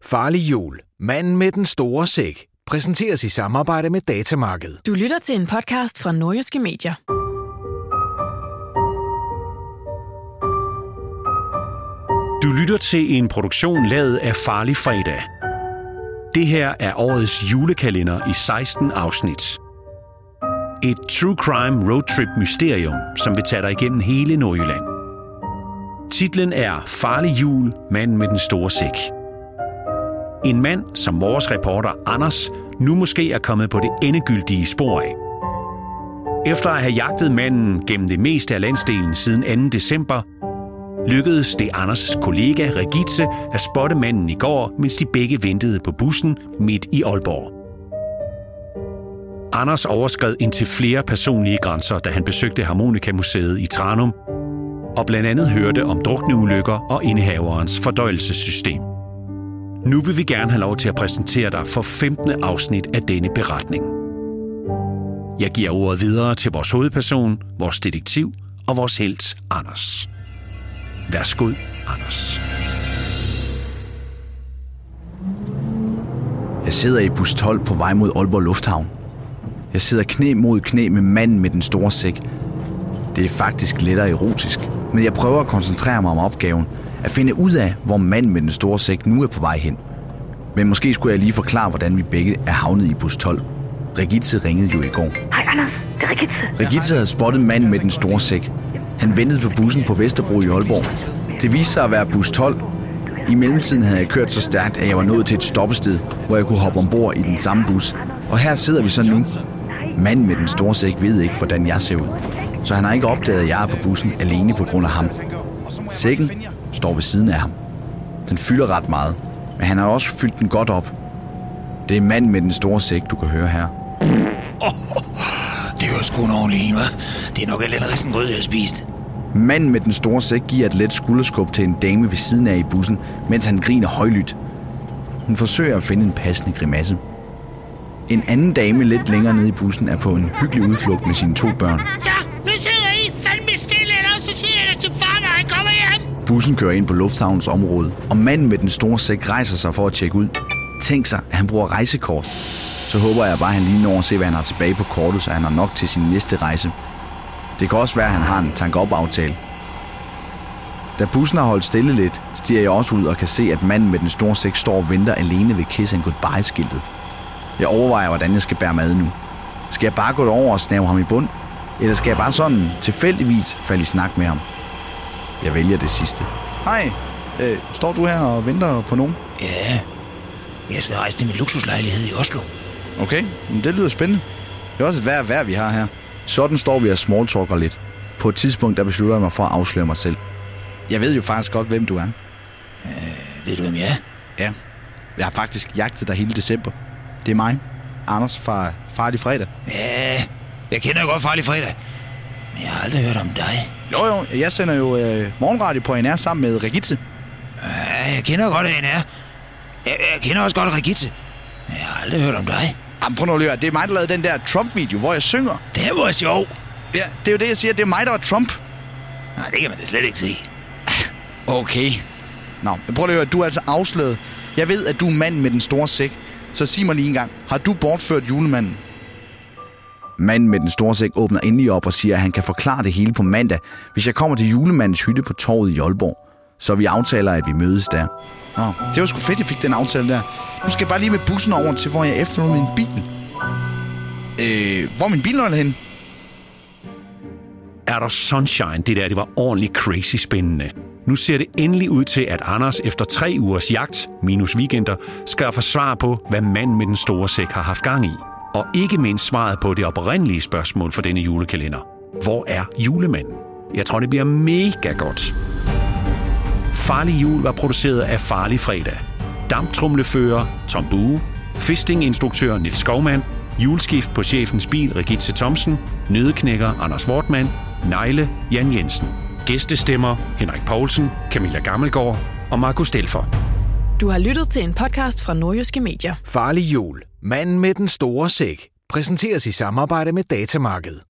Farlig jul. Manden med den store sæk. Præsenteres i samarbejde med Datamarked. Du lytter til en podcast fra Nordjyske Medier. Du lytter til en produktion lavet af Farlig Fredag. Det her er årets julekalender i 16 afsnit. Et true crime roadtrip mysterium, som vil tage dig igennem hele Nordjylland. Titlen er Farlig jul. Manden med den store sæk. En mand, som vores reporter Anders nu måske er kommet på det endegyldige spor af. Efter at have jagtet manden gennem det meste af landsdelen siden 2. december, lykkedes det Anders' kollega Regitze at spotte manden i går, mens de begge ventede på bussen midt i Aalborg. Anders overskred indtil flere personlige grænser, da han besøgte Harmonikamuseet i Tranum, og blandt andet hørte om drukneulykker og indehaverens fordøjelsessystem. Nu vil vi gerne have lov til at præsentere dig for 15. afsnit af denne beretning. Jeg giver ordet videre til vores hovedperson, vores detektiv og vores helt, Anders. Værsgo, Anders. Jeg sidder i bus 12 på vej mod Aalborg Lufthavn. Jeg sidder knæ mod knæ med manden med den store sæk. Det er faktisk lettere erotisk, men jeg prøver at koncentrere mig om opgaven, at finde ud af, hvor manden med den store sæk nu er på vej hen. Men måske skulle jeg lige forklare, hvordan vi begge er havnet i bus 12. Regitze ringede jo i går. Hej Anders, det er Regitze. Regitze havde spottet manden med den store sæk. Han ventede på bussen på Vesterbro i Aalborg. Det viste sig at være bus 12. I mellemtiden havde jeg kørt så stærkt, at jeg var nået til et stoppested, hvor jeg kunne hoppe ombord i den samme bus. Og her sidder vi så nu. Manden med den store sæk ved ikke, hvordan jeg ser ud. Så han har ikke opdaget, at jeg er på bussen alene på grund af ham. Sækken står ved siden af ham. Den fylder ret meget, men han har også fyldt den godt op. Det er manden med den store sæk, du kan høre her. Det var sgu en ordentlig en, hva'? Det er nok alt den risengrød, jeg har spist. Manden med den store sæk giver et let skulderskub til en dame ved siden af i bussen, mens han griner højlydt. Hun forsøger at finde en passende grimasse. En anden dame lidt længere nede i bussen er på en hyggelig udflugt med sine 2 børn. Så, nu sidder I fandme stille, eller så siger jeg det til far, når han kommer hjem. Bussen kører ind på lufthavnens område, og manden med den store sæk rejser sig for at tjekke ud. Tænk sig, at han bruger rejsekort. Så håber jeg bare, at han lige når at se, hvad han har tilbage på kortet, så han har nok til sin næste rejse. Det kan også være, at han har en tank-op-aftale. Da bussen har holdt stille lidt, stiger jeg også ud og kan se, at manden med den store sæk står og venter alene ved Kiss and Goodbye-skiltet. Jeg overvejer, hvordan jeg skal bære mad nu. Skal jeg bare gå over og snave ham i bund? Eller skal jeg bare sådan tilfældigvis falde i snak med ham? Jeg vælger det sidste. Hej, står du her og venter på nogen? Ja, jeg skal rejse til min luksuslejlighed i Oslo. Okay, men det lyder spændende. Det er også et vejr, vi har her. Sådan står vi og smalltalker lidt. På et tidspunkt, der beslutter jeg mig for at afsløre mig selv. Jeg ved jo faktisk godt, hvem du er. Ved du, hvem jeg er? Ja, jeg har faktisk jagtet dig hele december. Det er mig, Anders fra Farlig Fredag. Ja, jeg kender jo godt Farlig Fredag, men jeg har aldrig hørt om dig. Jo, jeg sender jo morgenradio på NR sammen med Regitze. Ja, jeg kender godt NR. Jeg kender også godt Regitze, men jeg har aldrig hørt om dig. Jamen, prøv nu at høre. Det er mig, der lavede den der Trump-video, hvor jeg synger. Det var sjov. Ja, det er jo det, jeg siger. Det er mig, der var Trump. Nej, det kan man da slet ikke se. Okay. Nå, men prøv at høre. Du er altså afsløret. Jeg ved, at du er manden med den store sæk. Så sig mig lige en gang. Har du bortført julemanden? Manden med den store sæk åbner endelig op og siger, at han kan forklare det hele på mandag, hvis jeg kommer til julemandens hytte på torvet i Aalborg. Så vi aftaler, at vi mødes der. Nå, det var sgu fedt, jeg fik den aftale der. Nu skal jeg bare lige med bussen over til, hvor jeg efterlod min bil. Hvor er min bilnøgle henne? Er der sunshine? Det var ordentligt crazy spændende. Nu ser det endelig ud til, at Anders efter 3 ugers jagt, minus weekender, skal få svar på, hvad manden med den store sæk har haft gang i. Og ikke mindst svaret på det oprindelige spørgsmål for denne julekalender. Hvor er julemanden? Jeg tror, det bliver mega godt. Farlig jul var produceret af Farlig Fredag. Damptrumlefører Tom Bue, fistinginstruktør Niels Skovmand, juleskift på chefens bil Regitze Thomsen, nødeknækker Anders Wortmann, negle Jan Jensen. Gæstestemmer Henrik Poulsen, Camilla Gammelgaard og Markus Stelfer. Du har lyttet til en podcast fra Nordjyske Medier. Farlig jul. Manden med den store sæk. Præsenteres i samarbejde med Datamarked.